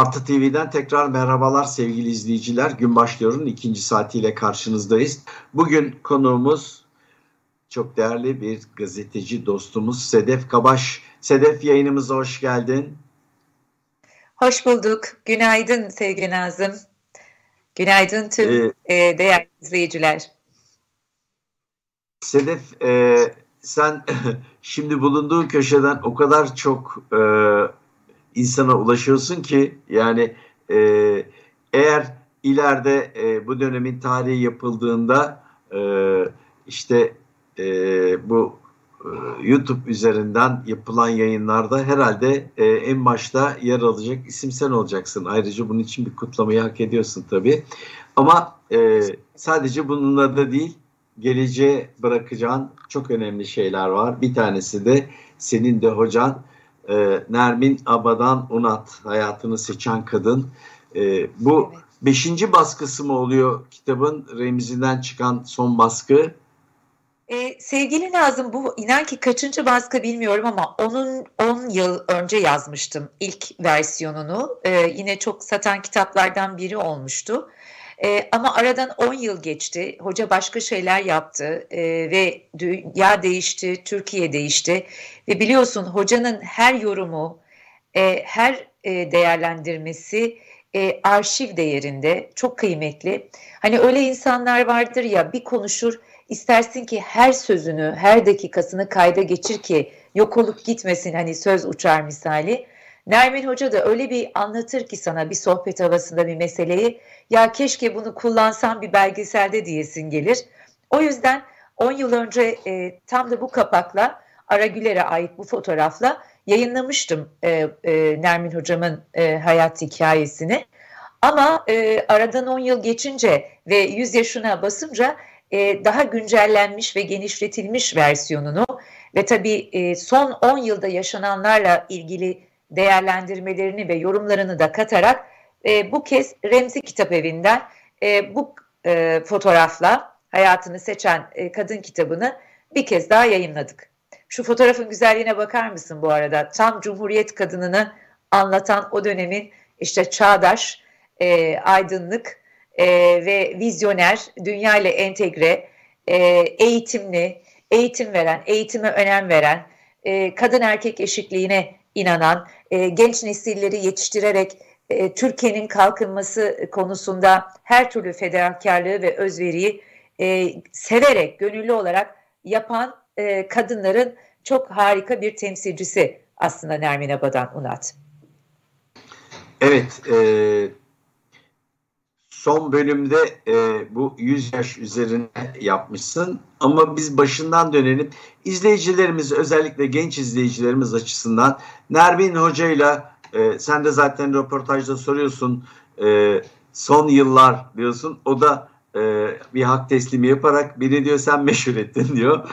Artı TV'den tekrar merhabalar sevgili izleyiciler. Gün başlıyor'un ikinci saatiyle karşınızdayız. Bugün konuğumuz çok değerli bir gazeteci dostumuz Sedef Kabaş. Sedef, yayınımıza hoş geldin. Hoş bulduk. Günaydın sevgili Nazım. Günaydın tüm değerli izleyiciler. Sedef, sen şimdi bulunduğun köşeden o kadar çok insana ulaşıyorsun ki yani eğer ileride bu dönemin tarihi yapıldığında bu YouTube üzerinden yapılan yayınlarda herhalde en başta yer alacak isim sen olacaksın. Ayrıca bunun için bir kutlamayı hak ediyorsun tabii. Ama sadece bununla da değil, geleceğe bırakacağın çok önemli şeyler var. Bir tanesi de senin de hocan Nermin Abadan Unat, Hayatını Seçen Kadın. Bu 5. baskısı mı oluyor kitabın, Remzi'den çıkan son baskı? Sevgili Nazım, bu inan ki kaçıncı baskı bilmiyorum ama 10 yıl önce yazmıştım ilk versiyonunu. Yine çok satan kitaplardan biri olmuştu. Ama aradan 10 yıl geçti. Hoca başka şeyler yaptı ve dünya değişti, Türkiye değişti. Ve biliyorsun hocanın her yorumu, her değerlendirmesi arşiv değerinde, çok kıymetli. Hani öyle insanlar vardır ya, bir konuşur, istersin ki her sözünü, her dakikasını kayda geçir ki yok olup gitmesin, hani söz uçar misali. Nermin Hoca da öyle bir anlatır ki sana bir sohbet havasında bir meseleyi, ya keşke bunu kullansam bir belgeselde diyesin gelir. O yüzden 10 yıl önce tam da bu kapakla, Ara Güler'e ait bu fotoğrafla yayınlamıştım Nermin Hocam'ın hayat hikayesini. Ama aradan 10 yıl geçince ve 100 yaşına basınca daha güncellenmiş ve genişletilmiş versiyonunu ve tabii son 10 yılda yaşananlarla ilgili değerlendirmelerini ve yorumlarını da katarak bu kez Remzi Kitapevi'nden bu fotoğrafla Hayatını Seçen Kadın kitabını bir kez daha yayınladık. Şu fotoğrafın güzelliğine bakar mısın bu arada? Tam Cumhuriyet kadınını anlatan o dönemin işte çağdaş, aydınlık ve vizyoner, dünya ile entegre, eğitimli, eğitim veren, eğitime önem veren, kadın erkek eşitliğine inanan, genç nesilleri yetiştirerek Türkiye'nin kalkınması konusunda her türlü fedakarlığı ve özveriyi severek, gönüllü olarak yapan kadınların çok harika bir temsilcisi aslında Nermin Abadan Unat. Evet, son bölümde bu 100 yaş üzerine yapmışsın ama biz başından dönelim. İzleyicilerimiz, özellikle genç izleyicilerimiz açısından Nermin Hoca'yla sen de zaten röportajda soruyorsun, son yıllar diyorsun. O da bir hak teslimi yaparak biri diyor sen meşhur ettin diyor.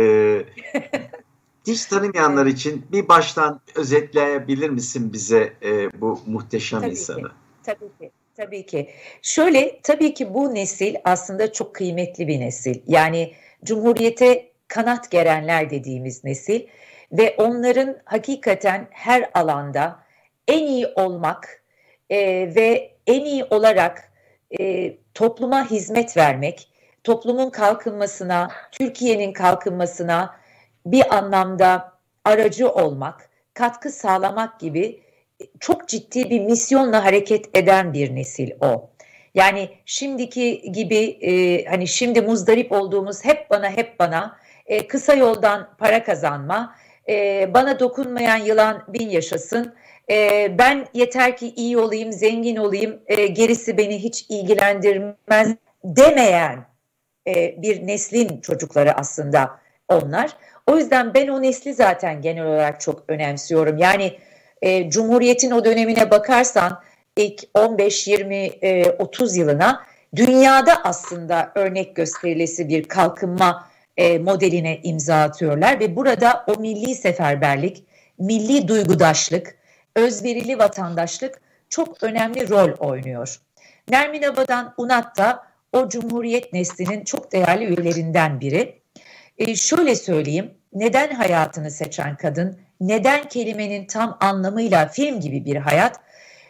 Hiç tanımayanlar için bir baştan özetleyebilir misin bize bu muhteşem Tabii insanı? Ki, tabii ki. Tabii ki. Şöyle, tabii ki bu nesil aslında çok kıymetli bir nesil. Yani Cumhuriyete kanat gerenler dediğimiz nesil ve onların hakikaten her alanda en iyi olmak ve en iyi olarak topluma hizmet vermek, toplumun kalkınmasına, Türkiye'nin kalkınmasına bir anlamda aracı olmak, katkı sağlamak gibi çok ciddi bir misyonla hareket eden bir nesil o. Yani şimdiki gibi hani şimdi muzdarip olduğumuz hep bana kısa yoldan para kazanma, bana dokunmayan yılan bin yaşasın, ben yeter ki iyi olayım, zengin olayım, gerisi beni hiç ilgilendirmez demeyen bir neslin çocukları aslında onlar. O yüzden ben o nesli zaten genel olarak çok önemsiyorum. Yani Cumhuriyet'in o dönemine bakarsan ilk 15, 20, 30 yılına dünyada aslında örnek gösterilesi bir kalkınma modeline imza atıyorlar ve burada o milli seferberlik, milli duygudaşlık, özverili vatandaşlık çok önemli rol oynuyor. Nermin Abadan Unat da o Cumhuriyet neslinin çok değerli üyelerinden biri. Şöyle söyleyeyim, neden Hayatını Seçen Kadın, neden kelimenin tam anlamıyla film gibi bir hayat?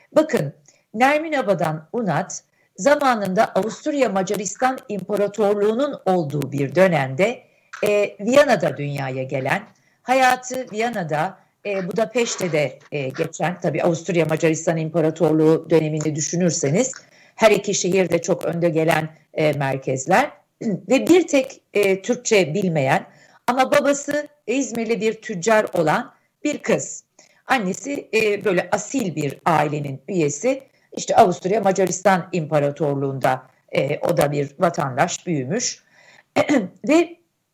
Bakın, Nermin Abadan Unat zamanında Avusturya Macaristan İmparatorluğu'nun olduğu bir dönemde Viyana'da dünyaya gelen, hayatı Viyana'da, Budapeşte'de geçen, tabii Avusturya Macaristan İmparatorluğu dönemini düşünürseniz her iki şehirde çok önde gelen merkezler ve bir tek Türkçe bilmeyen ama babası İzmirli bir tüccar olan bir kız. Annesi böyle asil bir ailenin üyesi. İşte Avusturya Macaristan İmparatorluğu'nda o da bir vatandaş, büyümüş. Ve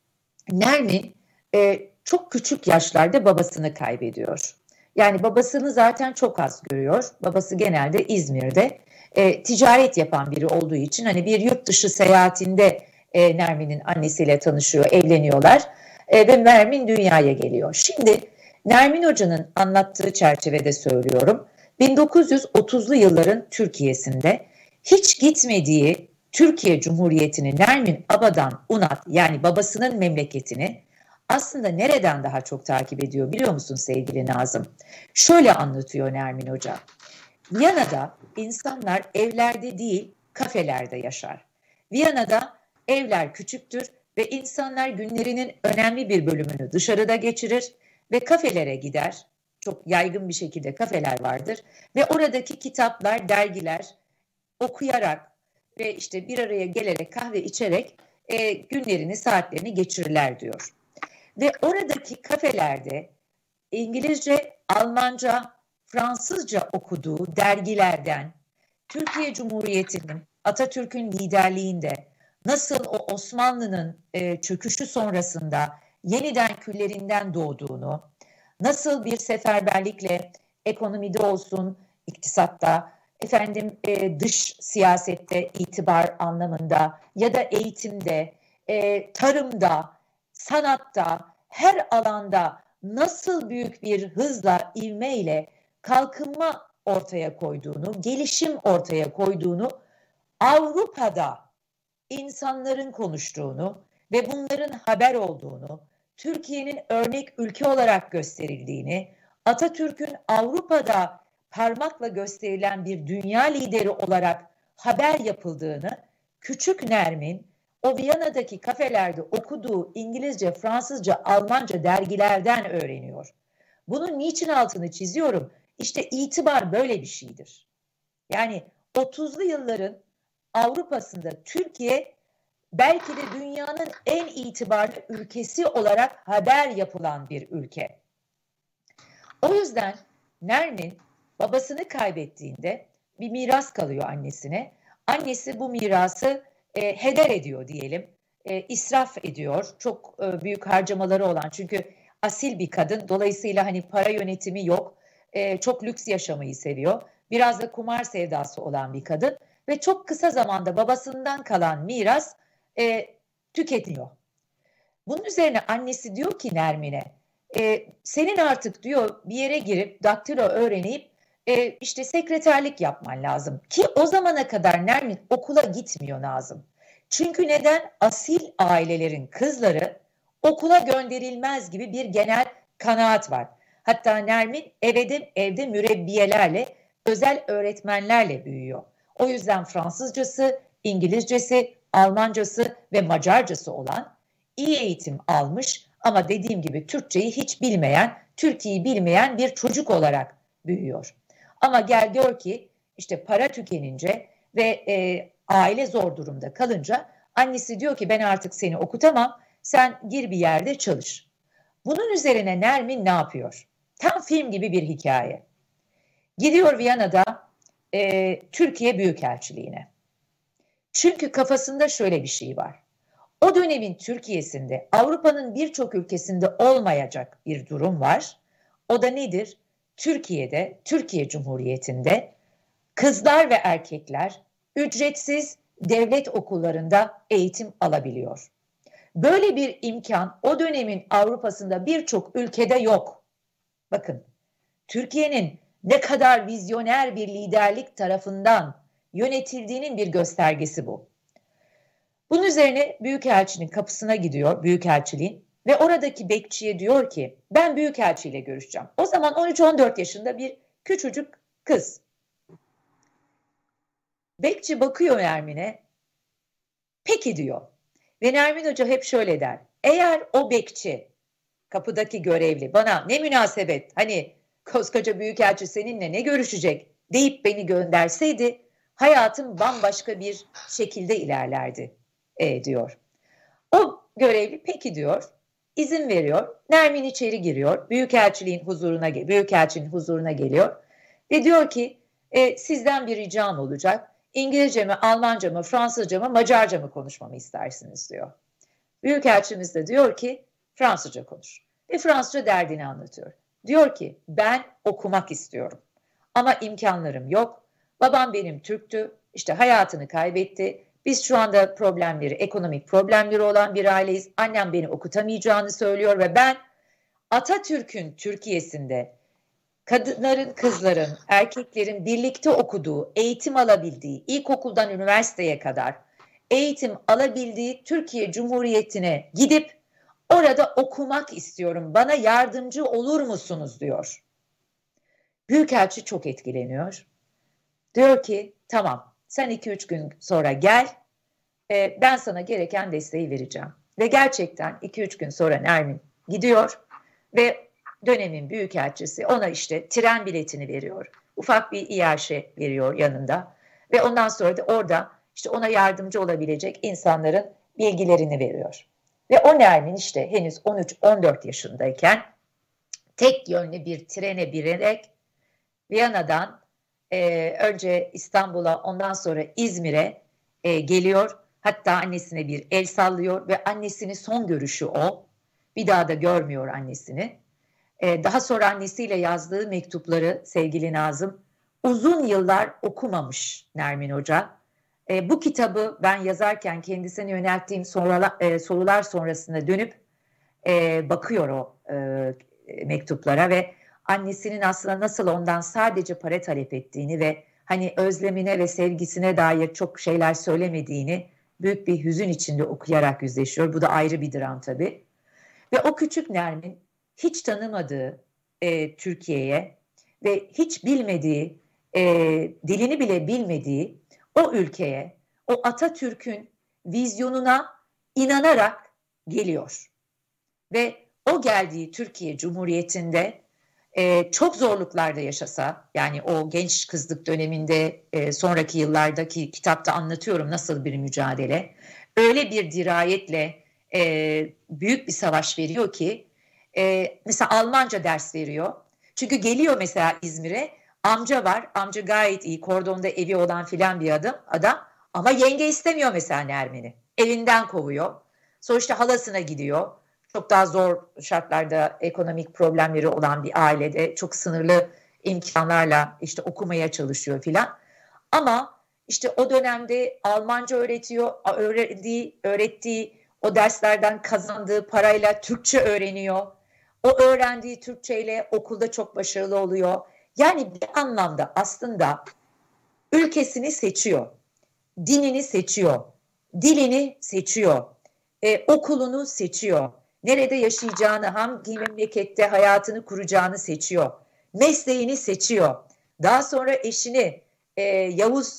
Nermin çok küçük yaşlarda babasını kaybediyor. Yani babasını zaten çok az görüyor. Babası genelde İzmir'de ticaret yapan biri olduğu için hani bir yurt dışı seyahatinde Nermin'in annesiyle tanışıyor, evleniyorlar ve Nermin dünyaya geliyor. Şimdi Nermin Hoca'nın anlattığı çerçevede söylüyorum. 1930'lu yılların Türkiye'sinde hiç gitmediği Türkiye Cumhuriyeti'ni Nermin Abadan Unat, yani babasının memleketini aslında nereden daha çok takip ediyor biliyor musun sevgili Nazım? Şöyle anlatıyor Nermin Hoca. Viyana'da insanlar evlerde değil kafelerde yaşar. Viyana'da evler küçüktür ve insanlar günlerinin önemli bir bölümünü dışarıda geçirir ve kafelere gider. Çok yaygın bir şekilde kafeler vardır ve oradaki kitaplar, dergiler okuyarak ve işte bir araya gelerek kahve içerek günlerini, saatlerini geçirirler diyor. Ve oradaki kafelerde İngilizce, Almanca, Fransızca okuduğu dergilerden Türkiye Cumhuriyeti'nin, Atatürk'ün liderliğinde nasıl o Osmanlı'nın çöküşü sonrasında yeniden küllerinden doğduğunu, nasıl bir seferberlikle ekonomide olsun, iktisatta, dış siyasette itibar anlamında ya da eğitimde, tarımda, sanatta, her alanda nasıl büyük bir hızla, ivmeyle kalkınma ortaya koyduğunu, gelişim ortaya koyduğunu, Avrupa'da insanların konuştuğunu ve bunların haber olduğunu, Türkiye'nin örnek ülke olarak gösterildiğini, Atatürk'ün Avrupa'da parmakla gösterilen bir dünya lideri olarak haber yapıldığını küçük Nermin o Viyana'daki kafelerde okuduğu İngilizce, Fransızca, Almanca dergilerden öğreniyor. Bunun niçin altını çiziyorum? İşte itibar böyle bir şeydir. Yani 30'lu yılların Avrupa'sında Türkiye belki de dünyanın en itibarlı ülkesi olarak haber yapılan bir ülke. O yüzden Nermin babasını kaybettiğinde bir miras kalıyor annesine. Annesi bu mirası heder ediyor diyelim, israf ediyor. Çok büyük harcamaları olan, çünkü asil bir kadın, dolayısıyla hani para yönetimi yok, çok lüks yaşamayı seviyor. Biraz da kumar sevdası olan bir kadın ve çok kısa zamanda babasından kalan miras tüketiyor. Bunun üzerine annesi diyor ki Nermin'e, senin artık diyor bir yere girip daktilo öğrenip işte sekreterlik yapman lazım. Ki o zamana kadar Nermin okula gitmiyor Nazım. Çünkü neden? Asil ailelerin kızları okula gönderilmez gibi bir genel kanaat var. Hatta Nermin evde mürebbiyelerle, özel öğretmenlerle büyüyor. O yüzden Fransızcası, İngilizcesi, Almancası ve Macarcası olan, iyi eğitim almış ama dediğim gibi Türkçeyi hiç bilmeyen, Türkiye'yi bilmeyen bir çocuk olarak büyüyor. Ama gel gör ki işte para tükenince ve aile zor durumda kalınca annesi diyor ki ben artık seni okutamam, sen gir bir yerde çalış. Bunun üzerine Nermin ne yapıyor? Tam film gibi bir hikaye. Gidiyor Viyana'da Türkiye Büyükelçiliğine. Çünkü kafasında şöyle bir şey var. O dönemin Türkiye'sinde, Avrupa'nın birçok ülkesinde olmayacak bir durum var. O da nedir? Türkiye'de, Türkiye Cumhuriyeti'nde kızlar ve erkekler ücretsiz devlet okullarında eğitim alabiliyor. Böyle bir imkan o dönemin Avrupa'sında birçok ülkede yok. Bakın, Türkiye'nin ne kadar vizyoner bir liderlik tarafından yönetildiğinin bir göstergesi bu. Bunun üzerine Büyükelçinin kapısına gidiyor, Büyükelçiliğin, ve oradaki bekçiye diyor ki ben Büyükelçiyle görüşeceğim. O zaman 13-14 yaşında bir küçücük kız. Bekçi bakıyor Nermin'e, peki diyor. Ve Nermin Hoca hep şöyle der, eğer o bekçi, kapıdaki görevli bana ne münasebet, hani koskoca büyükelçi seninle ne görüşecek deyip beni gönderseydi hayatım bambaşka bir şekilde ilerlerdi diyor. O görevli peki diyor, izin veriyor. Nermin içeri giriyor, büyükelçinin huzuruna geliyor ve diyor ki sizden bir ricam olacak. İngilizce mi, Almanca mı, Fransızca mı, Macarca mı konuşmamı istersiniz diyor. Büyükelçimiz de diyor ki Fransızca konuş. Ve Fransızca derdini anlatıyor. Diyor ki ben okumak istiyorum ama imkanlarım yok. Babam benim Türktü, işte hayatını kaybetti. Biz şu anda ekonomik problemleri olan bir aileyiz. Annem beni okutamayacağını söylüyor ve ben Atatürk'ün Türkiye'sinde kadınların, kızların, erkeklerin birlikte okuduğu, eğitim alabildiği, ilkokuldan üniversiteye kadar eğitim alabildiği Türkiye Cumhuriyeti'ne gidip orada okumak istiyorum. Bana yardımcı olur musunuz diyor. Büyükelçi çok etkileniyor. Diyor ki tamam sen 2-3 gün sonra gel, ben sana gereken desteği vereceğim. Ve gerçekten 2-3 gün sonra Nermin gidiyor ve dönemin büyükelçisi ona işte tren biletini veriyor. Ufak bir İAŞ veriyor yanında ve ondan sonra da orada işte ona yardımcı olabilecek insanların bilgilerini veriyor. Ve o Nermin işte henüz 13-14 yaşındayken tek yönlü bir trene binerek Viyana'dan önce İstanbul'a ondan sonra İzmir'e geliyor. Hatta annesine bir el sallıyor ve annesinin son görüşü o. Bir daha da görmüyor annesini. Daha sonra annesiyle yazdığı mektupları sevgili Nazım uzun yıllar okumamış Nermin Hoca. Bu kitabı ben yazarken kendisine yönelttiğim sorular sonrasında dönüp bakıyor o mektuplara ve annesinin aslında nasıl ondan sadece para talep ettiğini ve hani özlemine ve sevgisine dair çok şeyler söylemediğini büyük bir hüzün içinde okuyarak yüzleşiyor. Bu da ayrı bir dram tabii. Ve o küçük Nermin hiç tanımadığı Türkiye'ye ve hiç bilmediği, dilini bile bilmediği o ülkeye, o Atatürk'ün vizyonuna inanarak geliyor. Ve o geldiği Türkiye Cumhuriyeti'nde çok zorluklarda yaşasa, yani o genç kızlık döneminde sonraki yıllardaki kitapta anlatıyorum nasıl bir mücadele, öyle bir dirayetle büyük bir savaş veriyor ki mesela Almanca ders veriyor. Çünkü geliyor mesela İzmir'e, amca var, amca gayet iyi, kordonda evi olan filan bir adam ama yenge istemiyor mesela Nermin'i. Evinden kovuyor. Sonra işte halasına gidiyor. Çok daha zor şartlarda ekonomik problemleri olan bir ailede çok sınırlı imkanlarla işte okumaya çalışıyor filan. Ama işte o dönemde Almanca öğrettiği o derslerden kazandığı parayla Türkçe öğreniyor. O öğrendiği Türkçeyle okulda çok başarılı oluyor. Yani bir anlamda aslında ülkesini seçiyor, dinini seçiyor, dilini seçiyor, okulunu seçiyor. Nerede yaşayacağını, hangi memlekette hayatını kuracağını seçiyor. Mesleğini seçiyor. Daha sonra eşini Yavuz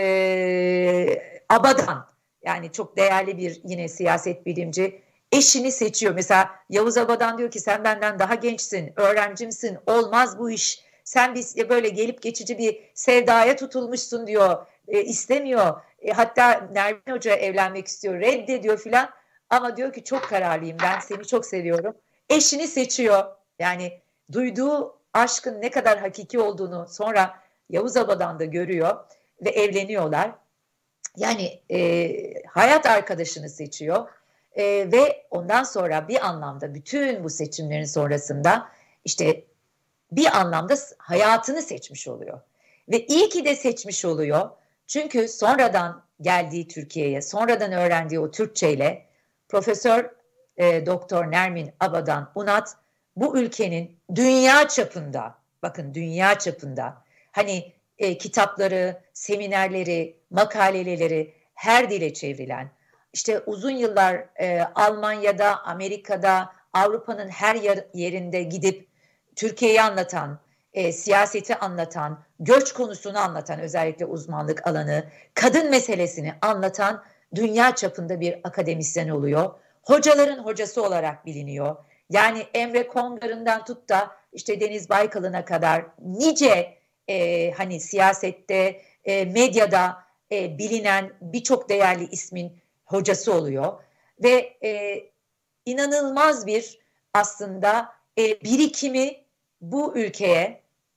Abadan, yani çok değerli bir yine siyaset bilimci, eşini seçiyor. Mesela Yavuz Abadan diyor ki sen benden daha gençsin, öğrencimsin, olmaz bu iş. Sen böyle gelip geçici bir sevdaya tutulmuşsun diyor, istemiyor. Hatta Nermin Hoca evlenmek istiyor, reddediyor filan. Ama diyor ki çok kararlıyım, ben seni çok seviyorum. Eşini seçiyor. Yani duyduğu aşkın ne kadar hakiki olduğunu sonra Yavuz Abadan da görüyor ve evleniyorlar. Yani hayat arkadaşını seçiyor ve ondan sonra bir anlamda bütün bu seçimlerin sonrasında işte bir anlamda hayatını seçmiş oluyor. Ve iyi ki de seçmiş oluyor. Çünkü sonradan geldiği Türkiye'ye, sonradan öğrendiği o Türkçeyle Profesör Doktor Nermin Abadan Unat bu ülkenin dünya çapında, bakın dünya çapında hani kitapları, seminerleri, makaleleri her dile çevrilen, işte uzun yıllar Almanya'da, Amerika'da, Avrupa'nın her yerinde gidip Türkiye'yi anlatan, siyaseti anlatan, göç konusunu anlatan, özellikle uzmanlık alanı, kadın meselesini anlatan dünya çapında bir akademisyen oluyor. Hocaların hocası olarak biliniyor. Yani Emre Kongar'ından tut da işte Deniz Baykal'ına kadar nice hani siyasette, medyada bilinen birçok değerli ismin hocası oluyor. Ve inanılmaz bir aslında birikimi bu ülkeye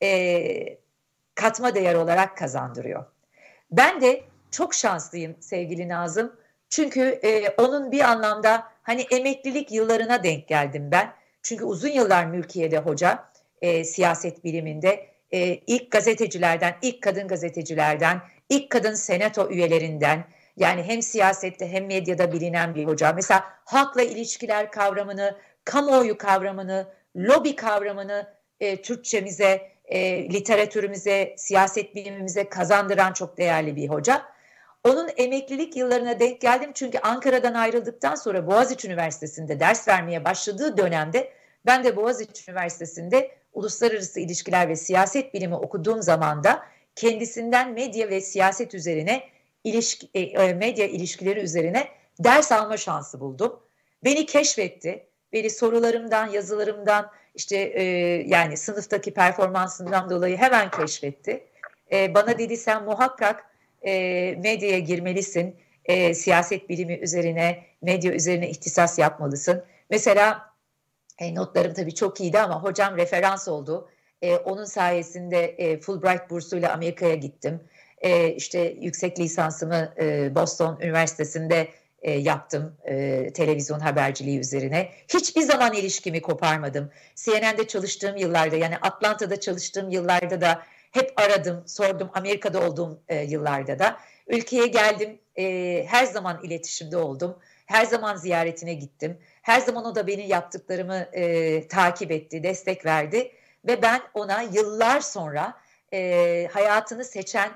katma değer olarak kazandırıyor. Ben de çok şanslıyım sevgili Nazım. Çünkü onun bir anlamda hani emeklilik yıllarına denk geldim ben. Çünkü uzun yıllar mülkiyede hoca, siyaset biliminde ilk gazetecilerden, ilk kadın gazetecilerden, ilk kadın senato üyelerinden, yani hem siyasette hem medyada bilinen bir hoca. Mesela halkla ilişkiler kavramını, kamuoyu kavramını, lobi kavramını Türkçemize, literatürümüze, siyaset bilimimize kazandıran çok değerli bir hoca. Onun emeklilik yıllarına denk geldim çünkü Ankara'dan ayrıldıktan sonra Boğaziçi Üniversitesi'nde ders vermeye başladığı dönemde ben de Boğaziçi Üniversitesi'nde uluslararası ilişkiler ve siyaset bilimi okuduğum zaman da kendisinden medya ve siyaset üzerine, medya ilişkileri üzerine ders alma şansı buldum. Beni keşfetti. Beni sorularımdan, yazılarımdan, işte yani sınıftaki performansından dolayı hemen keşfetti. Bana dedi sen muhakkak medyaya girmelisin. Siyaset bilimi üzerine, medya üzerine ihtisas yapmalısın. Mesela notlarım tabii çok iyiydi ama hocam referans oldu. Onun sayesinde Fulbright bursuyla Amerika'ya gittim. İşte yüksek lisansımı Boston Üniversitesi'nde yaptım, televizyon haberciliği üzerine. Hiçbir zaman ilişkimi koparmadım. CNN'de çalıştığım yıllarda, yani Atlanta'da çalıştığım yıllarda da hep aradım, sordum. Amerika'da olduğum yıllarda da. Ülkeye geldim, her zaman iletişimde oldum. Her zaman ziyaretine gittim. Her zaman o da benim yaptıklarımı takip etti, destek verdi. Ve ben ona yıllar sonra hayatını seçen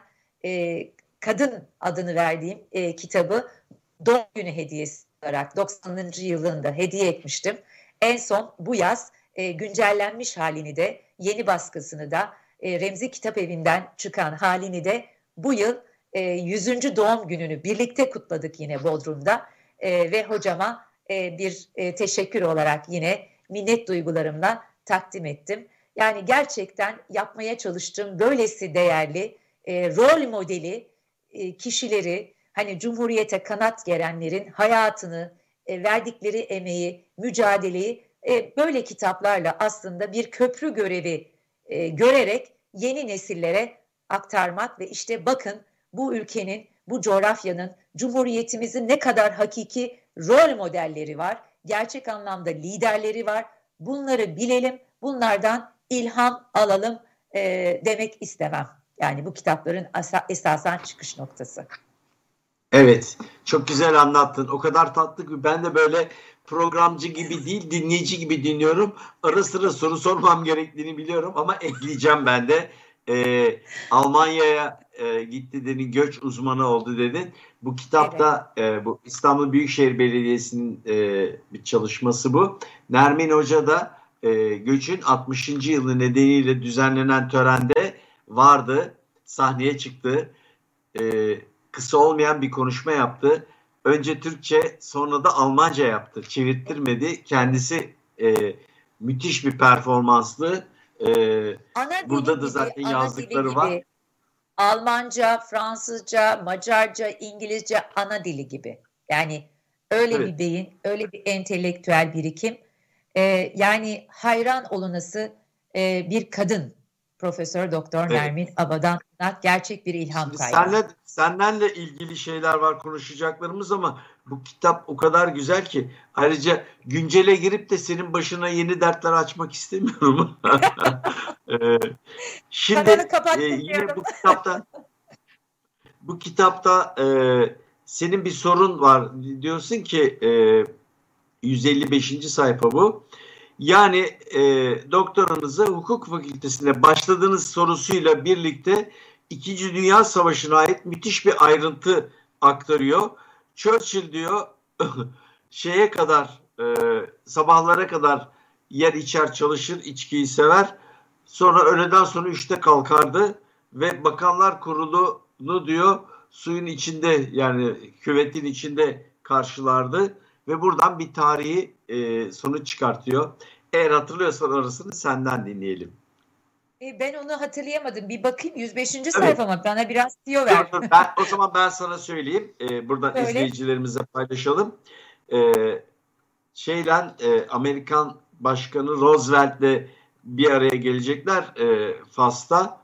kadın adını verdiğim kitabı doğum günü hediyesi olarak 90. yılında hediye etmiştim. En son bu yaz güncellenmiş halini de, yeni baskısını da, Remzi Kitap Evi'nden çıkan halini de bu yıl 100. doğum gününü birlikte kutladık yine Bodrum'da. Ve hocama bir teşekkür olarak yine minnet duygularımla takdim ettim. Yani gerçekten yapmaya çalıştığım böylesi değerli rol modeli kişileri, hani Cumhuriyete kanat gerenlerin hayatını, verdikleri emeği, mücadeleyi böyle kitaplarla aslında bir köprü görevi görerek yeni nesillere aktarmak ve işte bakın bu ülkenin, bu coğrafyanın, Cumhuriyetimizin ne kadar hakiki rol modelleri var, gerçek anlamda liderleri var. Bunları bilelim, bunlardan ilham alalım demek istemem. Yani bu kitapların esasen çıkış noktası. Evet, çok güzel anlattın. O kadar tatlı ki ben de böyle programcı gibi değil, dinleyici gibi dinliyorum. Ara sıra soru sormam gerektiğini biliyorum ama ekleyeceğim ben de. Almanya'ya gitti dedin, göç uzmanı oldu dedin. Bu kitapta evet. Bu İstanbul Büyükşehir Belediyesi'nin bir çalışması bu. Nermin Hoca da göçün 60. yılı nedeniyle düzenlenen törende vardı, sahneye çıktı. Kısa olmayan bir konuşma yaptı. Önce Türkçe, sonra da Almanca yaptı. Çevirttirmedi. Kendisi müthiş bir performanslı. Burada da zaten yazdıkları var. Almanca, Fransızca, Macarca, İngilizce ana dili gibi. Yani öyle evet. Bir beyin, öyle bir entelektüel birikim. Yani hayran olunası bir kadın. Profesör Doktor evet. Nermin Abadan gerçek bir ilham kaynağı. Sendenle ilgili şeyler var konuşacaklarımız ama bu kitap o kadar güzel ki ayrıca güncele girip de senin başına yeni dertler açmak istemiyorum. Şimdi yine bu kitapta senin bir sorun var. Diyorsun ki 155. sayfa bu. Yani doktoranızı hukuk fakültesinde başladığınız sorusuyla birlikte İkinci Dünya Savaşı'na ait müthiş bir ayrıntı aktarıyor. Churchill diyor şeye kadar sabahlara kadar yer içer çalışır, içkiyi sever. Sonra öğleden sonra 3'te kalkardı. ve Bakanlar Kurulu'nu diyor suyun içinde, yani küvetin içinde karşılardı ve buradan bir tarihi sonuç çıkartıyor. Eğer hatırlıyorsan orasını senden dinleyelim. Ben onu hatırlayamadım. Bir bakayım 105. Evet. sayfama. Bana biraz tiyo ver. O zaman ben sana söyleyeyim. Buradan Söyle. izleyicilerimize paylaşalım. Amerikan Başkanı Roosevelt'le bir araya gelecekler Fas'ta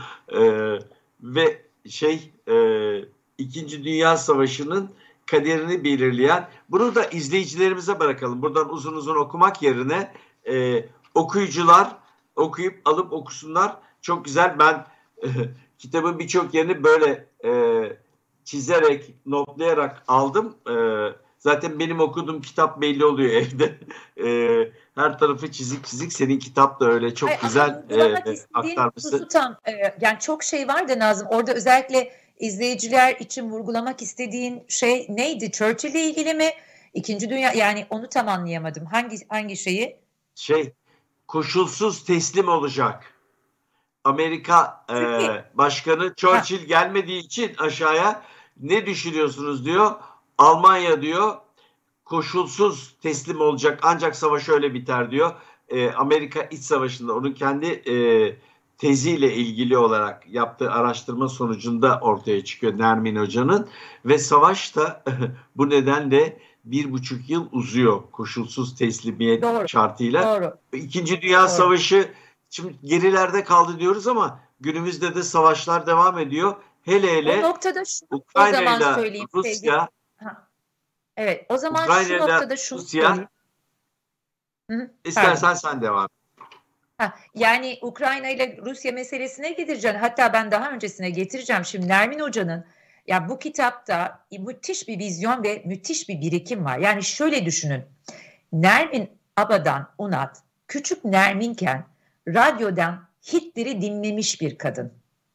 ve İkinci Dünya Savaşı'nın kaderini belirleyen, bunu da izleyicilerimize bırakalım. Buradan uzun uzun okumak yerine okuyucular okuyup alıp okusunlar. Çok güzel. Ben kitabın birçok yerini böyle çizerek, notlayarak aldım. Zaten benim okuduğum kitap belli oluyor evde. Her tarafı çizik çizik. Senin kitap da öyle çok güzel aktarmışsın. Yani çok şey var da Nazım. Orada özellikle izleyiciler için vurgulamak istediğin şey neydi? Churchill'le ilgili mi? İkinci Dünya, yani onu tam anlayamadım. Hangi şeyi? Koşulsuz teslim olacak. Amerika Başkanı Churchill gelmediği için aşağıya ne düşünüyorsunuz diyor. Almanya diyor koşulsuz teslim olacak, ancak savaş öyle biter diyor. Amerika İç Savaşı'nda onun kendi teziyle ilgili olarak yaptığı araştırma sonucunda ortaya çıkıyor Nermin Hoca'nın ve savaş da bu nedenle 1,5 yıl uzuyor koşulsuz teslimiyet şartıyla. Doğru. İkinci Dünya Savaşı şimdi gerilerde kaldı diyoruz ama günümüzde de savaşlar devam ediyor. Hele o noktada Ukrayna ile Rusya. Evet, o zaman Ukrayna şu noktada şunu söyleyeyim. İstersen sen devam. Yani Ukrayna ile Rusya meselesine getireceğim. Hatta ben daha öncesine getireceğim. Şimdi Nermin Hoca'nın bu kitapta müthiş bir vizyon ve müthiş bir birikim var. Yani şöyle düşünün. Nermin Abadan Unat küçük Nerminken radyodan Hitler'i dinlemiş bir kadın.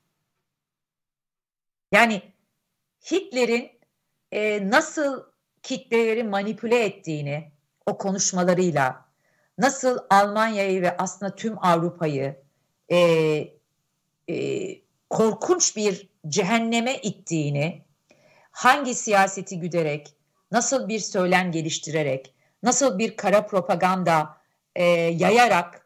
Yani Hitler'in nasıl kitleleri manipüle ettiğini o konuşmalarıyla, nasıl Almanya'yı ve aslında tüm Avrupa'yı korkunç bir cehenneme ittiğini, hangi siyaseti güderek, nasıl bir söylem geliştirerek, nasıl bir kara propaganda yayarak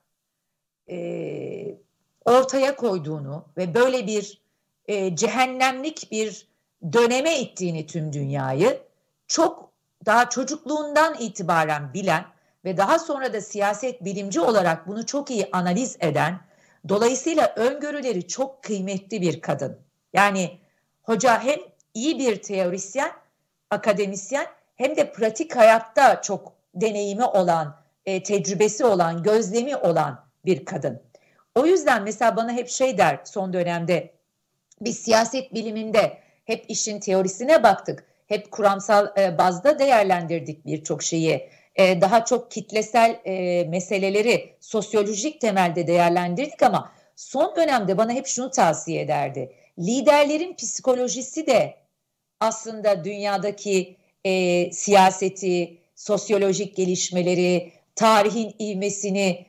ortaya koyduğunu ve böyle bir cehennemlik bir döneme ittiğini tüm dünyayı çok daha çocukluğundan itibaren bilen ve daha sonra da siyaset bilimci olarak bunu çok iyi analiz eden, dolayısıyla öngörüleri çok kıymetli bir kadın. Yani hoca hem iyi bir teorisyen, akademisyen, hem de pratik hayatta çok deneyimi olan, tecrübesi olan, gözlemi olan bir kadın. O yüzden mesela bana hep der son dönemde, biz siyaset biliminde hep işin teorisine baktık. Hep kuramsal bazda değerlendirdik birçok şeyi. Daha çok kitlesel meseleleri sosyolojik temelde değerlendirdik ama son dönemde bana hep şunu tavsiye ederdi. Liderlerin psikolojisi de aslında dünyadaki siyaseti, sosyolojik gelişmeleri, tarihin ivmesini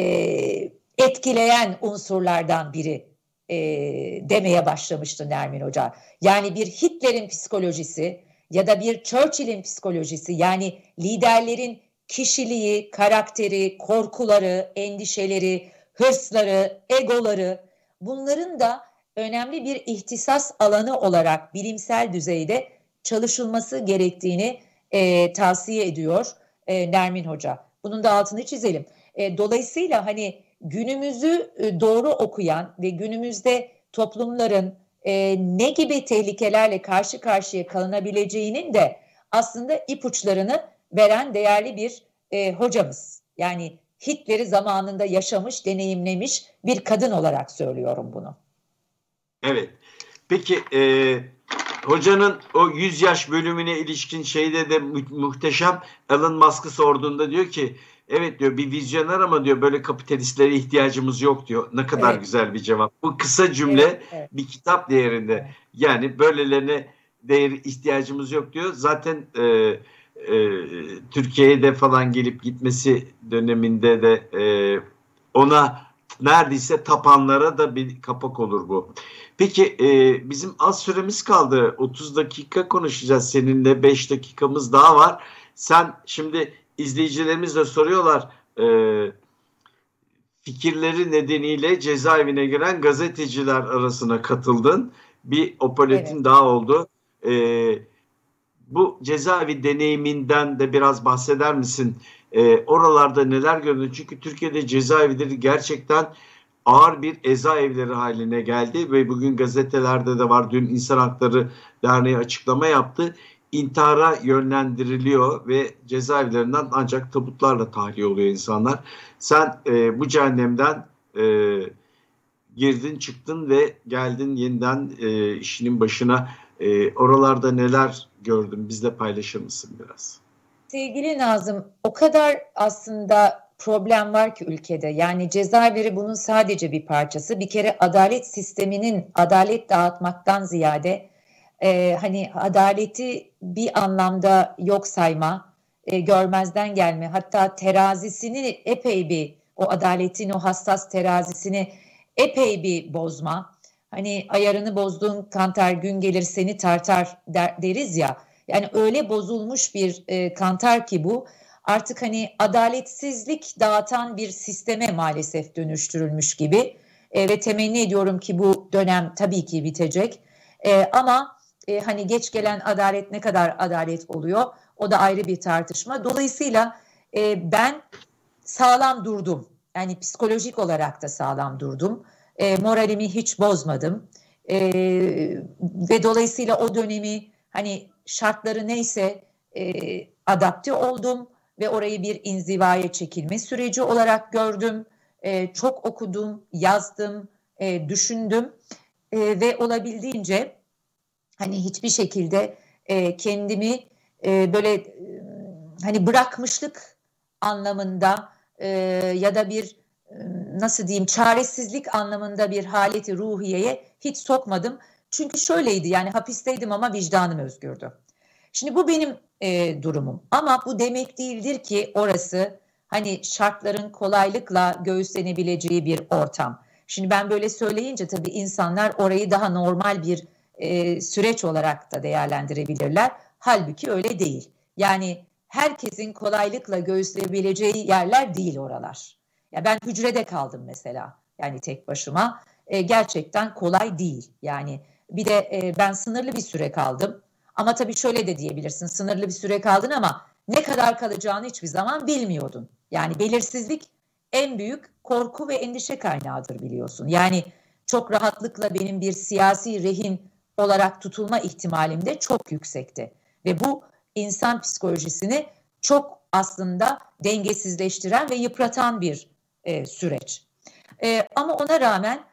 etkileyen unsurlardan biri demeye başlamıştı Nermin Hoca. Yani bir Hitler'in psikolojisi ya da bir Churchill'in psikolojisi, yani liderlerin kişiliği, karakteri, korkuları, endişeleri, hırsları, egoları, bunların da önemli bir ihtisas alanı olarak bilimsel düzeyde çalışılması gerektiğini tavsiye ediyor Nermin Hoca. Bunun da altını çizelim. Dolayısıyla hani günümüzü doğru okuyan ve günümüzde toplumların ne gibi tehlikelerle karşı karşıya kalınabileceğinin de aslında ipuçlarını veren değerli bir hocamız. Yani Hitler'i zamanında yaşamış, deneyimlemiş bir kadın olarak söylüyorum bunu. Evet. Peki hocanın o 100 yaş bölümüne ilişkin şeyde de muhteşem, Elon Musk'ı sorduğunda diyor ki evet diyor, bir vizyoner ama diyor böyle kapitalistlere ihtiyacımız yok diyor. Ne kadar güzel bir cevap. Bu kısa cümle bir kitap değerinde. Evet. Yani böylelerine ihtiyacımız yok diyor. Zaten Türkiye'ye de falan gelip gitmesi döneminde de ona neredeyse tapanlara da bir kapak olur bu. Peki bizim az süremiz kaldı. 30 dakika konuşacağız seninle. 5 dakikamız daha var. Sen şimdi izleyicilerimiz de soruyorlar. Fikirleri nedeniyle cezaevine giren gazeteciler arasına katıldın. Bir opaletin Evet. daha oldu. Bu cezaevi deneyiminden de biraz bahseder misin? Oralarda neler gördün? Çünkü Türkiye'de cezaevleri gerçekten ağır bir eza evleri haline geldi ve bugün gazetelerde de var. Dün İnsan Hakları Derneği açıklama yaptı. İntihara yönlendiriliyor ve cezaevlerinden ancak tabutlarla tahliye oluyor insanlar. Sen bu cehennemden girdin çıktın ve geldin yeniden işinin başına. Oralarda neler gördün? Bizle paylaşır mısın biraz? Sevgili Nazım, o kadar aslında problem var ki ülkede. Yani cezaevleri bunun sadece bir parçası. Bir kere adalet sisteminin adalet dağıtmaktan ziyade hani adaleti bir anlamda yok sayma, görmezden gelme. Hatta terazisini epey bir o adaletin o hassas terazisini epey bir bozma. Hani ayarını bozduğun kantar gün gelir seni tartar deriz ya. Yani öyle bozulmuş bir kantar ki bu artık hani adaletsizlik dağıtan bir sisteme maalesef dönüştürülmüş gibi ve temenni ediyorum ki bu dönem tabii ki bitecek. Ama hani geç gelen adalet ne kadar adalet oluyor o da ayrı bir tartışma. Dolayısıyla ben sağlam durdum. Yani psikolojik olarak da sağlam durdum. Moralimi hiç bozmadım. Ve dolayısıyla o dönemi hani şartları neyse adapte oldum ve orayı bir inzivaya çekilme süreci olarak gördüm. Çok okudum, yazdım, düşündüm ve olabildiğince hani hiçbir şekilde kendimi böyle hani bırakmışlık anlamında ya da bir nasıl diyeyim çaresizlik anlamında bir haleti ruhiyeye hiç sokmadım. Çünkü şöyleydi yani hapisteydim ama vicdanım özgürdü. Şimdi bu benim durumum ama bu demek değildir ki orası hani şartların kolaylıkla göğüslenebileceği bir ortam. Şimdi ben böyle söyleyince tabii insanlar orayı daha normal bir süreç olarak da değerlendirebilirler. Halbuki öyle değil. Yani herkesin kolaylıkla göğüsleyebileceği yerler değil oralar. Ya ben hücrede kaldım mesela. Yani tek başıma. Gerçekten kolay değil. Yani bir de ben sınırlı bir süre kaldım. Ama tabii şöyle de diyebilirsin. Sınırlı bir süre kaldın ama ne kadar kalacağını hiçbir zaman bilmiyordun. Yani belirsizlik en büyük korku ve endişe kaynağıdır biliyorsun. Yani çok rahatlıkla benim bir siyasi rehin olarak tutulma ihtimalim de çok yüksekti. Ve bu insan psikolojisini çok aslında dengesizleştiren ve yıpratan bir süreç. Ama ona rağmen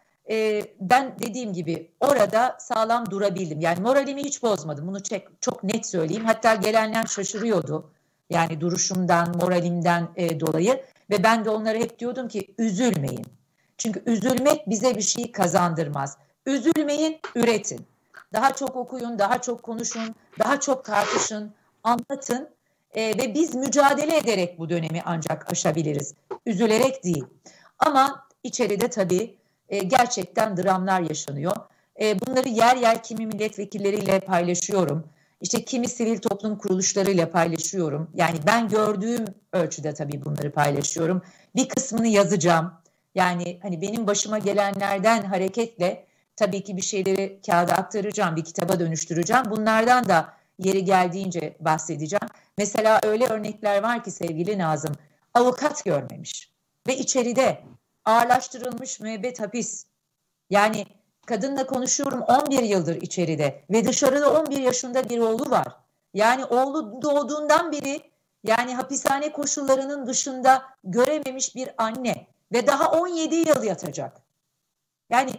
ben dediğim gibi orada sağlam durabildim. Yani moralimi hiç bozmadım. Bunu çok net söyleyeyim. Hatta gelenler şaşırıyordu. Yani duruşumdan, moralimden dolayı. Ve ben de onlara hep diyordum ki üzülmeyin. Çünkü üzülmek bize bir şey kazandırmaz. Üzülmeyin, üretin. Daha çok okuyun, daha çok konuşun, daha çok tartışın, anlatın. Ve biz mücadele ederek bu dönemi ancak aşabiliriz. Üzülerek değil. Ama içeride tabii gerçekten dramlar yaşanıyor. Bunları yer yer kimi milletvekilleriyle paylaşıyorum. İşte kimi sivil toplum kuruluşlarıyla paylaşıyorum. Yani ben gördüğüm ölçüde tabii bunları paylaşıyorum. Bir kısmını yazacağım. Yani hani benim başıma gelenlerden hareketle tabii ki bir şeyleri kağıda aktaracağım, bir kitaba dönüştüreceğim. Bunlardan da yeri geldiğince bahsedeceğim. Mesela öyle örnekler var ki sevgili Nazım, avukat görmemiş ve içeride ağırlaştırılmış müebbet hapis. Yani kadınla konuşuyorum 11 yıldır içeride ve dışarıda 11 yaşında bir oğlu var. Yani oğlu doğduğundan beri yani hapishane koşullarının dışında görememiş bir anne ve daha 17 yıl yatacak. Yani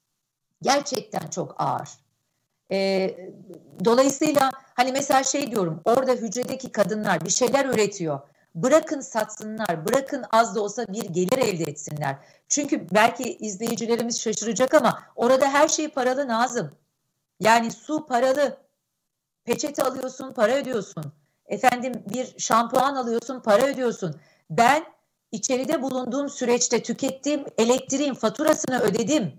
gerçekten çok ağır. Dolayısıyla hani mesela şey diyorum orada hücredeki kadınlar bir şeyler üretiyor. Bırakın satsınlar, bırakın az da olsa bir gelir elde etsinler. Çünkü belki izleyicilerimiz şaşıracak ama orada her şey paralı Nazım. Yani su paralı, peçete alıyorsun, para ödüyorsun. Efendim bir şampuan alıyorsun, para ödüyorsun. Ben içeride bulunduğum süreçte tükettiğim elektriğin faturasını ödedim.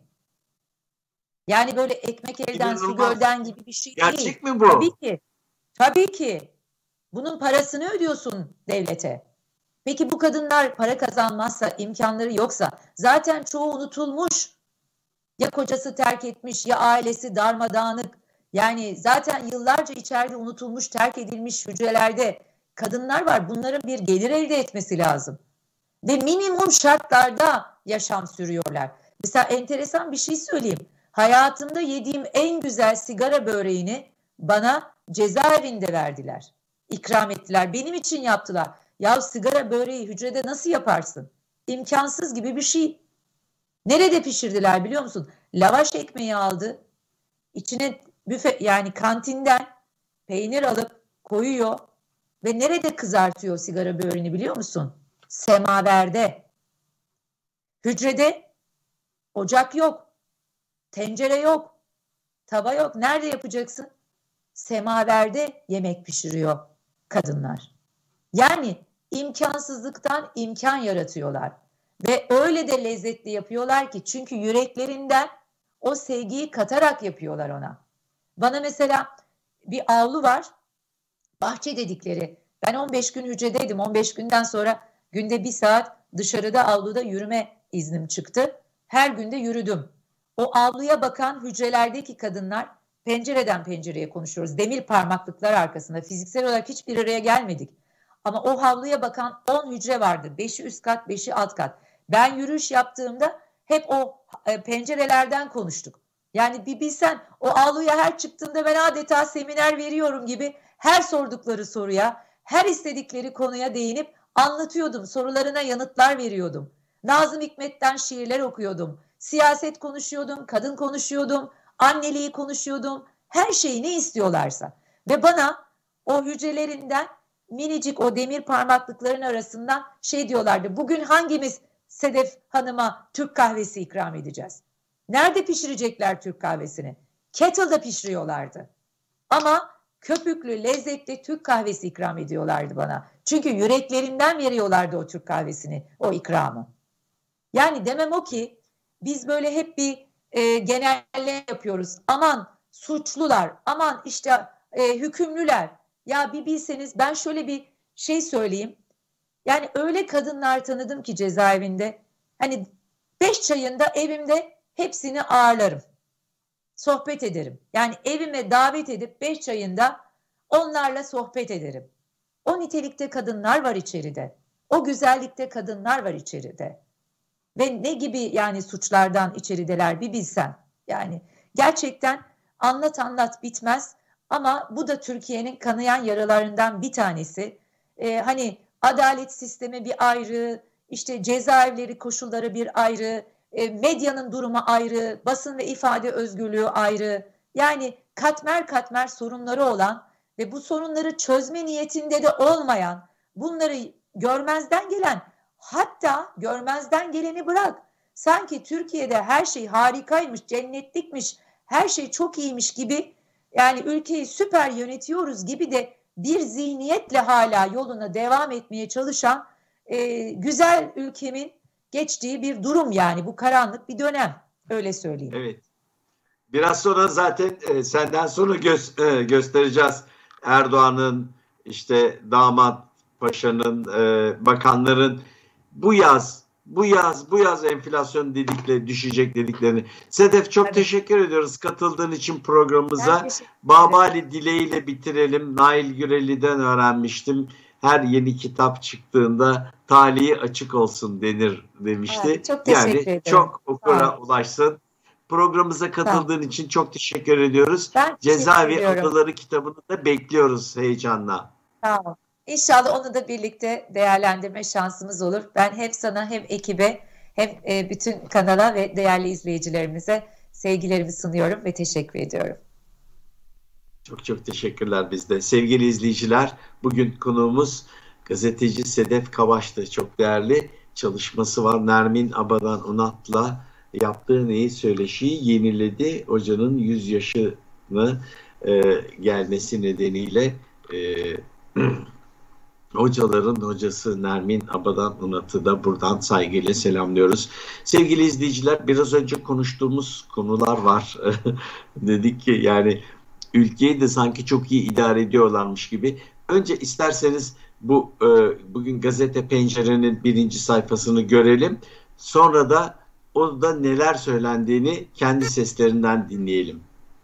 Yani böyle ekmek elden su İnanılmaz. gölden gibi bir şey değil. Gerçek mi bu? Tabii ki. Tabii ki. Bunun parasını ödüyorsun devlete. Peki bu kadınlar para kazanmazsa, imkanları yoksa, zaten çoğu unutulmuş. Ya kocası terk etmiş, ya ailesi darmadağınık. Yani zaten yıllarca içeride unutulmuş, terk edilmiş hücrelerde kadınlar var. Bunların bir gelir elde etmesi lazım. Ve minimum şartlarda yaşam sürüyorlar. Mesela enteresan bir şey söyleyeyim. Hayatımda yediğim en güzel sigara böreğini bana cezaevinde verdiler. İkram ettiler. Benim için yaptılar. Ya sigara böreği hücrede nasıl yaparsın? İmkansız gibi bir şey. Nerede pişirdiler biliyor musun? Lavaş ekmeği aldı. İçine büfe, yani kantinden peynir alıp koyuyor. Ve nerede kızartıyor sigara böreğini biliyor musun? Semaverde. Hücrede ocak yok. Tencere yok. Tava yok. Nerede yapacaksın? Semaverde yemek pişiriyor kadınlar. Yani imkansızlıktan imkan yaratıyorlar. Ve öyle de lezzetli yapıyorlar ki, çünkü yüreklerinden o sevgiyi katarak yapıyorlar ona. Bana mesela bir avlu var, bahçe dedikleri. Ben 15 gün hücredeydim. 15 günden sonra günde 1 saat dışarıda avluda yürüme iznim çıktı. Her günde yürüdüm. O avluya bakan hücrelerdeki kadınlar, pencereden pencereye konuşuyoruz. Demir parmaklıklar arkasında, fiziksel olarak hiçbir araya gelmedik. Ama o havluya bakan 10 hücre vardı. 5'i üst kat, 5'i alt kat. Ben yürüyüş yaptığımda hep o pencerelerden konuştuk. Yani bir bilsen, o avluya her çıktığımda ben adeta seminer veriyorum gibi her sordukları soruya, her istedikleri konuya değinip anlatıyordum. Sorularına yanıtlar veriyordum. Nazım Hikmet'ten şiirler okuyordum. Siyaset konuşuyordum, kadın konuşuyordum, anneliği konuşuyordum. Her şeyi ne istiyorlarsa. Ve bana o hücrelerinden minicik o demir parmaklıkların arasından şey diyorlardı. Bugün hangimiz Sedef Hanım'a Türk kahvesi ikram edeceğiz? Nerede pişirecekler Türk kahvesini? Kettle'da pişiriyorlardı. Ama köpüklü, lezzetli Türk kahvesi ikram ediyorlardı bana. Çünkü yüreklerinden veriyorlardı o Türk kahvesini, o ikramı. Yani demem o ki, biz böyle hep bir genelleme yapıyoruz. Aman suçlular, aman işte hükümlüler. Ya bir bilseniz, ben şöyle bir şey söyleyeyim. Yani öyle kadınlar tanıdım ki cezaevinde. Hani 5 çayında evimde hepsini ağırlarım. Sohbet ederim. Yani evime davet edip 5 çayında onlarla sohbet ederim. O nitelikte kadınlar var içeride. O güzellikte kadınlar var içeride. Ve ne gibi yani suçlardan içerideler bir bilsen. Yani gerçekten anlat bitmez. Ama bu da Türkiye'nin kanayan yaralarından bir tanesi. Hani adalet sistemi bir ayrı, işte cezaevleri koşulları bir ayrı, medyanın durumu ayrı, basın ve ifade özgürlüğü ayrı. Yani katmer katmer sorunları olan ve bu sorunları çözme niyetinde de olmayan, bunları görmezden gelen, hatta görmezden geleni bırak. Sanki Türkiye'de her şey harikaymış, cennetlikmiş, her şey çok iyiymiş gibi, yani ülkeyi süper yönetiyoruz gibi de bir zihniyetle hala yoluna devam etmeye çalışan güzel ülkemin geçtiği bir durum, yani bu karanlık bir dönem, öyle söyleyeyim. Evet. Biraz sonra zaten senden sonra göstereceğiz Erdoğan'ın, işte damat paşanın, bakanların bu yaz enflasyon düşecek dediklerini. Sedef, çok teşekkür ediyoruz katıldığın için programımıza. Babali dileğiyle bitirelim. Nail Güreli'den öğrenmiştim. Her yeni kitap çıktığında talihi açık olsun denir demişti. Evet, çok teşekkür ederim. Çok okura ulaşsın. Programımıza katıldığın için çok teşekkür ediyoruz. Cezaevi Adaları kitabını da bekliyoruz heyecanla. Tamam. İnşallah onu da birlikte değerlendirme şansımız olur. Ben hem sana hem ekibe hem bütün kanala ve değerli izleyicilerimize sevgilerimi sunuyorum ve teşekkür ediyorum. Çok teşekkürler biz de. Sevgili izleyiciler, bugün konuğumuz gazeteci Sedef Kavaş'tı. Çok değerli çalışması var. Nermin Abadan Unat'la yaptığı neyi söyleşiyi yeniledi. Hocanın 100 yaşını gelmesi nedeniyle Hocaların hocası Nermin Abadan Unat'ı da buradan saygıyla selamlıyoruz. Sevgili izleyiciler, biraz önce konuştuğumuz konular var. Dedik ki yani ülkeyi de sanki çok iyi idare ediyorlarmış gibi. Önce isterseniz bugün Gazete Pencere'nin birinci sayfasını görelim. Sonra da orada neler söylendiğini kendi seslerinden dinleyelim.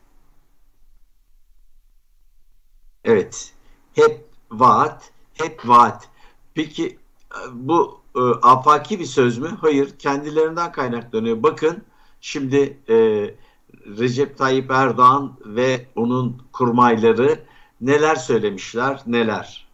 Evet, hep vaat, hep vaat. Peki bu afaki bir söz mü? Hayır, kendilerinden kaynaklanıyor. Bakın şimdi Recep Tayyip Erdoğan ve onun kurmayları neler söylemişler, neler.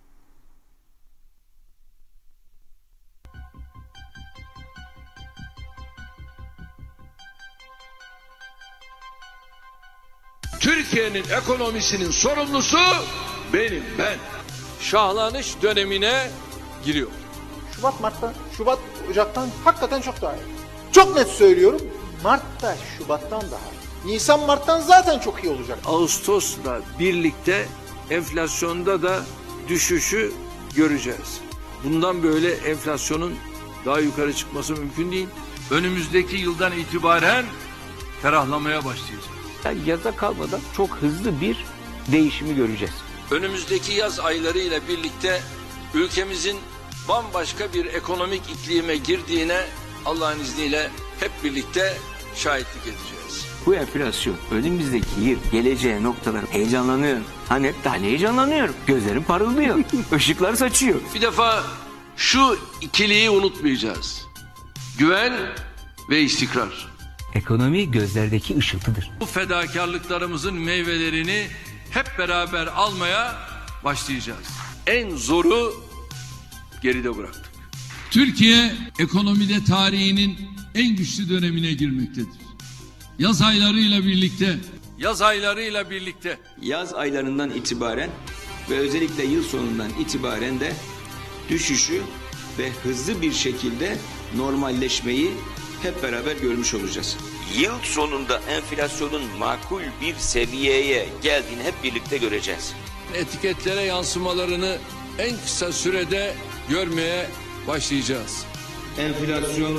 Türkiye'nin ekonomisinin sorumlusu ben. Şahlanış dönemine giriyor. Şubat Ocak'tan hakikaten çok daha iyi. Çok net söylüyorum. Mart'ta Şubat'tan daha iyi. Nisan Mart'tan zaten çok iyi olacak. Ağustos'la birlikte enflasyonda da düşüşü göreceğiz. Bundan böyle enflasyonun daha yukarı çıkması mümkün değil. Önümüzdeki yıldan itibaren ferahlamaya başlayacağız. Yaza kalmadan çok hızlı bir değişimi göreceğiz. Önümüzdeki yaz aylarıyla birlikte ülkemizin bambaşka bir ekonomik iklime girdiğine Allah'ın izniyle hep birlikte şahitlik edeceğiz. Bu enflasyon önümüzdeki yıl geleceğe noktalar heyecanlanıyorum. Hani hep daha heyecanlanıyorum. Gözlerim parıldıyor. Işıklar saçıyor. Bir defa şu ikiliyi unutmayacağız. Güven ve istikrar. Ekonomi gözlerdeki ışıltıdır. Bu fedakarlıklarımızın meyvelerini hep beraber almaya başlayacağız. En zoru geride bıraktık. Türkiye ekonomide tarihinin en güçlü dönemine girmektedir. Yaz aylarıyla birlikte Yaz aylarından itibaren ve özellikle yıl sonundan itibaren de düşüşü ve hızlı bir şekilde normalleşmeyi hep beraber görmüş olacağız. Yıl sonunda enflasyonun makul bir seviyeye geldiğini hep birlikte göreceğiz. Etiketlere yansımalarını en kısa sürede görmeye başlayacağız. Enflasyon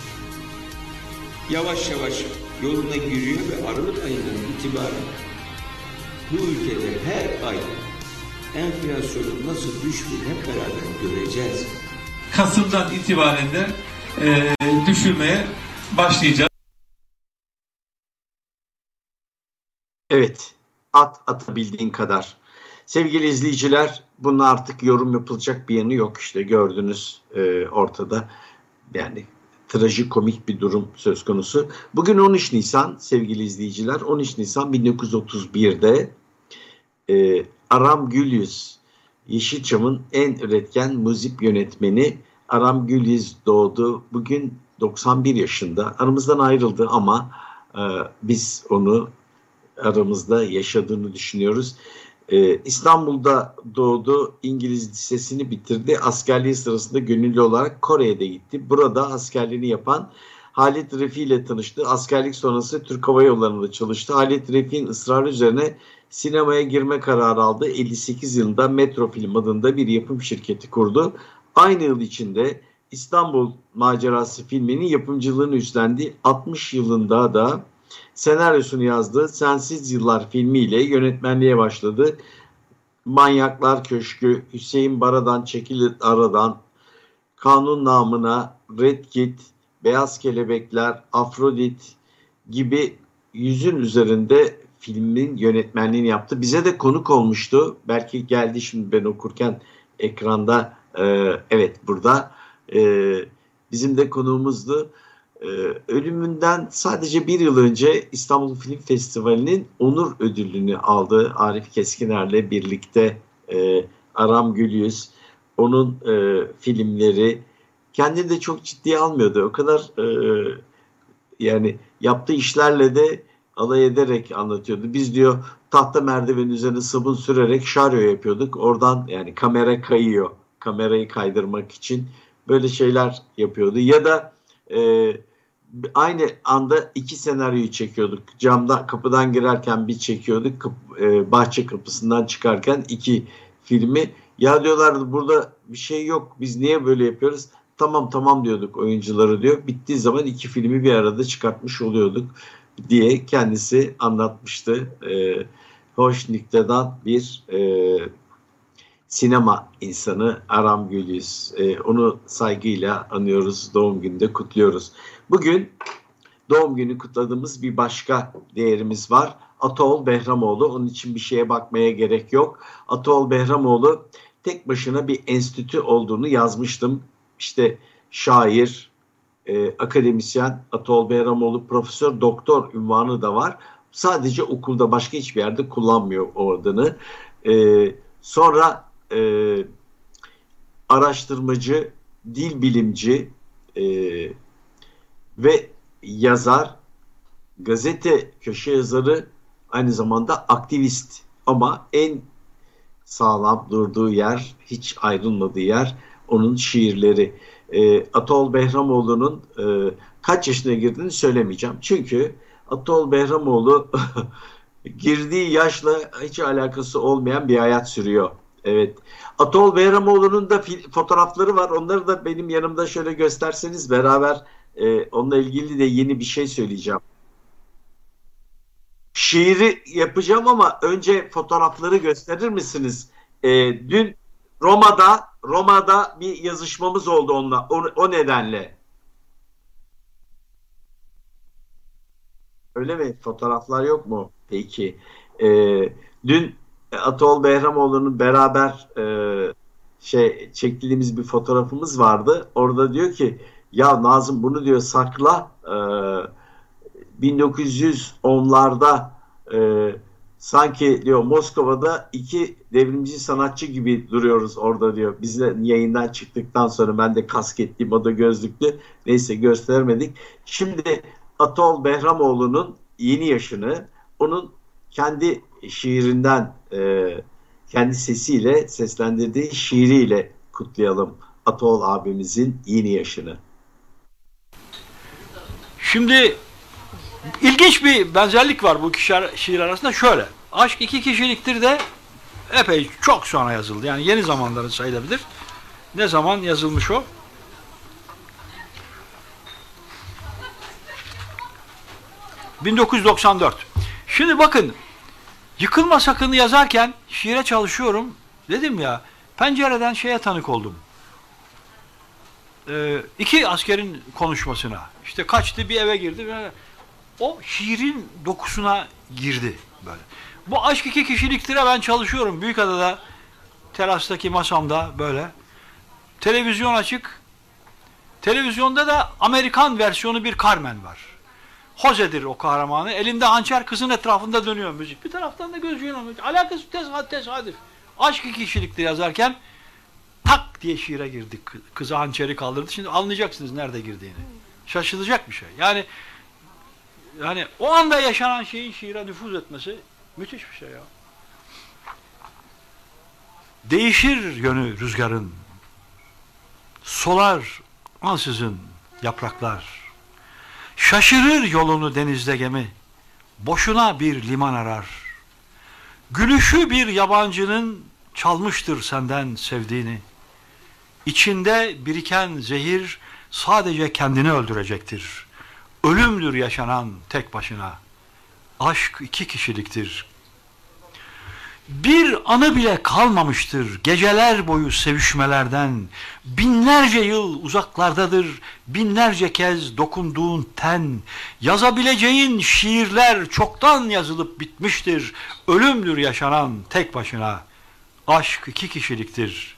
yavaş yavaş yoluna giriyor ve Aralık ayından itibaren bu ülkede her ay enflasyonun nasıl düştüğünü hep beraber göreceğiz. Kasım'dan itibaren de düşürmeye başlayacağız. Evet, atabildiğin kadar. Sevgili izleyiciler, bunun artık yorum yapılacak bir yanı yok. İşte gördünüz ortada yani trajikomik bir durum söz konusu. Bugün 13 Nisan sevgili izleyiciler, 13 Nisan 1931'de Aram Gülyüz, Yeşilçam'ın en üretken müzik yönetmeni Aram Gülyüz doğdu. Bugün 91 yaşında. Aramızdan ayrıldı ama biz onu aramızda yaşadığını düşünüyoruz. İstanbul'da doğdu, İngiliz lisesini bitirdi. Askerliği sırasında gönüllü olarak Kore'ye de gitti. Burada askerliğini yapan Halit Refi ile tanıştı. Askerlik sonrası Türk Hava Yolları'nda çalıştı. Halit Refi'nin ısrarı üzerine sinemaya girme kararı aldı. 58 yılında Metro Film adında bir yapım şirketi kurdu. Aynı yıl içinde İstanbul Macerası filminin yapımcılığını üstlendi. 60 yılında da senaryosunu yazdı. Sensiz Yıllar filmiyle yönetmenliğe başladı. Manyaklar Köşkü, Hüseyin Baradan Çekil Aradan, Kanun Namına, Red Kit, Beyaz Kelebekler, Afrodit gibi 100'ün üzerinde filmin yönetmenliğini yaptı. Bize de konuk olmuştu. Belki geldi şimdi ben okurken ekranda. Evet burada bizim de konuğumuzdu. Ölümünden sadece bir yıl önce İstanbul Film Festivali'nin onur ödülünü aldı. Arif Keskiner'le birlikte Aram Gülyüz. Onun filmleri kendini de çok ciddiye almıyordu. O kadar yani yaptığı işlerle de alay ederek anlatıyordu. Biz diyor tahta merdivenin üzerine sabun sürerek şaryo yapıyorduk. Oradan yani kamera kayıyor. Kamerayı kaydırmak için böyle şeyler yapıyordu. Ya da aynı anda iki senaryoyu çekiyorduk. Camda kapıdan girerken bir çekiyorduk. Bahçe kapısından çıkarken iki filmi. Ya diyorlardı burada bir şey yok. Biz niye böyle yapıyoruz? Tamam diyorduk oyuncuları diyor. Bittiği zaman 2 filmi bir arada çıkartmış oluyorduk diye kendisi anlatmıştı. Hoş nüktedan bir sinema insanı Aram Gülyüz. Onu saygıyla anıyoruz, doğum gününde kutluyoruz. Bugün doğum günü kutladığımız bir başka değerimiz var. Ataol Behramoğlu. Onun için bir şeye bakmaya gerek yok. Ataol Behramoğlu tek başına bir enstitü olduğunu yazmıştım. İşte şair, akademisyen Ataol Behramoğlu profesör doktor unvanı da var. Sadece okulda, başka hiçbir yerde kullanmıyor o adını. Sonra araştırmacı, dil bilimci ve yazar, gazete köşe yazarı, aynı zamanda aktivist. Ama en sağlam durduğu yer, hiç ayrılmadığı yer onun şiirleri. Ataol Behramoğlu'nun kaç yaşına girdiğini söylemeyeceğim. Çünkü Ataol Behramoğlu girdiği yaşla hiç alakası olmayan bir hayat sürüyor. Evet. Ataol Behramoğlu'nun da fotoğrafları var. Onları da benim yanımda şöyle gösterseniz beraber onunla ilgili de yeni bir şey söyleyeceğim. Şiiri yapacağım ama önce fotoğrafları gösterir misiniz? Dün Roma'da bir yazışmamız oldu onunla. O nedenle. Öyle mi? Fotoğraflar yok mu? Peki. Dün Ataol Behramoğlu'nun beraber çektiğimiz bir fotoğrafımız vardı. Orada diyor ki ya Nazım bunu diyor sakla. 1910'larda sanki diyor Moskova'da 2 devrimci sanatçı gibi duruyoruz orada diyor. Biz de yayından çıktıktan sonra ben de kasketliyim, o da gözlüklü. Neyse göstermedik. Şimdi Ataol Behramoğlu'nun yeni yaşını onun kendi şiirinden, kendi sesiyle seslendirdiği şiiriyle kutlayalım Ataol abimizin yeni yaşını. Şimdi ilginç bir benzerlik var bu iki şiir arasında. Şöyle, Aşk 2 kişiliktir de epey çok sonra yazıldı. Yani yeni zamanların sayılabilir. Ne zaman yazılmış o? ...1994. Şimdi bakın, Yıkılma Sakın'ı yazarken şiire çalışıyorum. Dedim ya, pencereden şeye tanık oldum. 2 askerin konuşmasına. İşte kaçtı, bir eve girdi. Böyle. O şiirin dokusuna girdi böyle. Bu Aşk 2 kişiliktire ben çalışıyorum Büyükada'da, terastaki masamda böyle. Televizyon açık. Televizyonda da Amerikan versiyonu bir Carmen var. Jose'dir o kahramanı. Elinde hançer, kızın etrafında dönüyor müzik. Bir taraftan da gözcüğün müzik. Alakası tesadüf. Aşk 2 kişiliktir yazarken tak diye şiire girdik. Kıza hançeri kaldırdı. Şimdi anlayacaksınız nerede girdiğini. Şaşılacak bir şey. Yani o anda yaşanan şeyin şiire nüfuz etmesi müthiş bir şey ya. Değişir yönü rüzgarın, solar ansızın yapraklar, şaşırır yolunu denizde gemi, boşuna bir liman arar. Gülüşü bir yabancının çalmıştır senden sevdiğini. İçinde biriken zehir sadece kendini öldürecektir. Ölümdür yaşanan tek başına. Aşk 2 kişiliktir. Bir anı bile kalmamıştır geceler boyu sevişmelerden. Binlerce yıl uzaklardadır binlerce kez dokunduğun ten. Yazabileceğin şiirler çoktan yazılıp bitmiştir. Ölümdür yaşanan tek başına. Aşk 2 kişiliktir.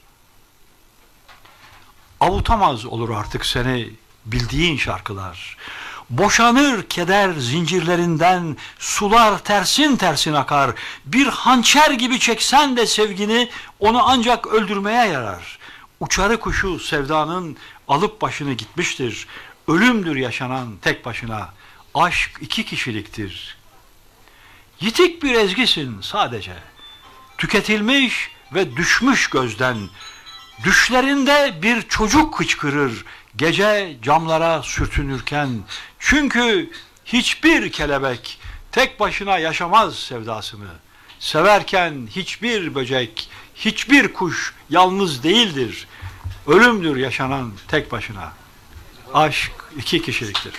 Avutamaz olur artık seni bildiğin şarkılar. Boşanır keder zincirlerinden, sular tersin tersin akar. Bir hançer gibi çeksen de sevgini, onu ancak öldürmeye yarar. Uçarı kuşu sevdanın alıp başını gitmiştir. Ölümdür yaşanan tek başına. Aşk 2 kişiliktir. Yitik bir ezgisin sadece. Tüketilmiş ve düşmüş gözden. Düşlerinde bir çocuk hıçkırır gece camlara sürtünürken. Çünkü hiçbir kelebek tek başına yaşamaz sevdasını. Severken hiçbir böcek, hiçbir kuş yalnız değildir. Ölümdür yaşanan tek başına. Aşk 2 kişiliktir.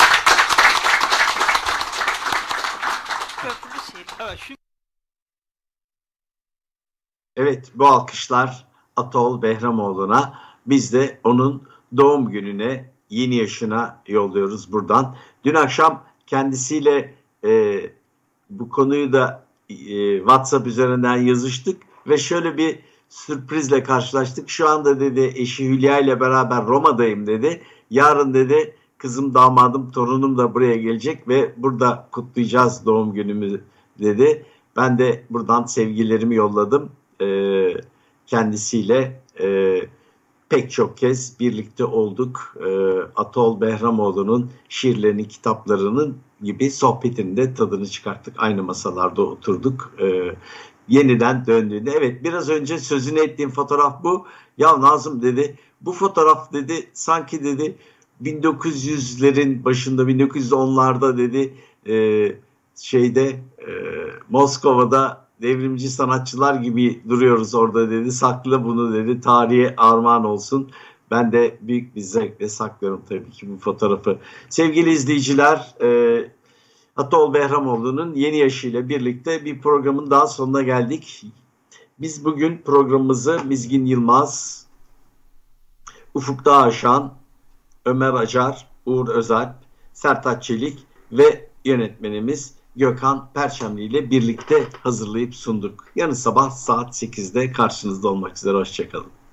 Evet, bu alkışlar Atol Behramoğlu'na. Biz de onun doğum gününe, yeni yaşına yolluyoruz buradan. Dün akşam kendisiyle bu konuyu da WhatsApp üzerinden yazıştık ve şöyle bir sürprizle karşılaştık. Şu anda dedi eşi Hülya ile beraber Roma'dayım dedi. Yarın dedi kızım, damadım, torunum da buraya gelecek ve burada kutlayacağız doğum günümü dedi. Ben de buradan sevgilerimi yolladım. Kendisiyle pek çok kez birlikte olduk. Atol Behramoğlu'nun şiirlerinin, kitaplarının gibi sohbetinde tadını çıkarttık. Aynı masalarda oturduk. Yeniden döndüğünde, evet, biraz önce sözünü ettiğim fotoğraf bu. Ya Nazım dedi, bu fotoğraf dedi sanki dedi 1900'lerin başında, 1910'larda dedi Moskova'da devrimci sanatçılar gibi duruyoruz orada dedi. Sakla bunu dedi. Tarihe armağan olsun. Ben de büyük bir zevkle saklıyorum tabii ki bu fotoğrafı. Sevgili izleyiciler, Atol Behramoğlu'nun yeni yaşıyla birlikte bir programın daha sonuna geldik. Biz bugün programımızı Mizgin Yılmaz, Ufuk Dağaşan, Ömer Acar, Uğur Özalp, Sertaç Çelik ve yönetmenimiz Gökhan Perçemli ile birlikte hazırlayıp sunduk. Yarın sabah saat 8'de karşınızda olmak üzere. Hoşçakalın.